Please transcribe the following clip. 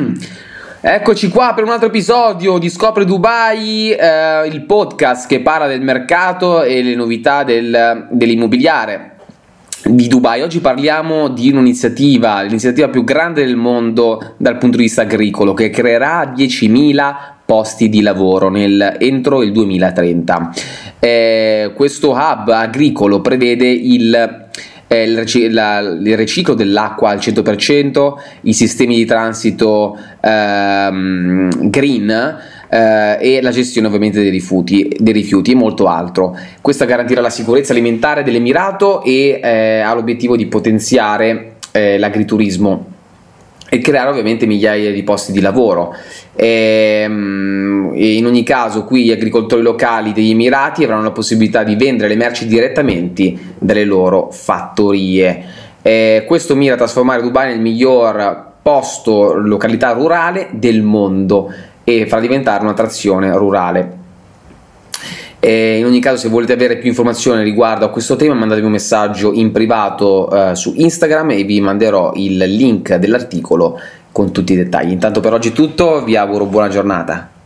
Eccoci qua per un altro episodio di Scopri Dubai, il podcast che parla del mercato e le novità dell'immobiliare di Dubai. Oggi parliamo di l'iniziativa più grande del mondo dal punto di vista agricolo, che creerà 10.000 posti di lavoro entro il 2030. Questo hub agricolo prevede il riciclo dell'acqua al 100%, i sistemi di transito green e la gestione ovviamente dei rifiuti e molto altro. Questo garantirà la sicurezza alimentare dell'Emirato e ha l'obiettivo di potenziare l'agriturismo e creare ovviamente migliaia di posti di lavoro. E in ogni caso qui gli agricoltori locali degli Emirati avranno la possibilità di vendere le merci direttamente dalle loro fattorie. Questo mira a trasformare Dubai nel miglior località rurale del mondo e farà diventare un'attrazione rurale. In ogni caso, se volete avere più informazioni riguardo a questo tema, mandatemi un messaggio in privato su Instagram e vi manderò il link dell'articolo con tutti i dettagli. Intanto per oggi è tutto, vi auguro buona giornata.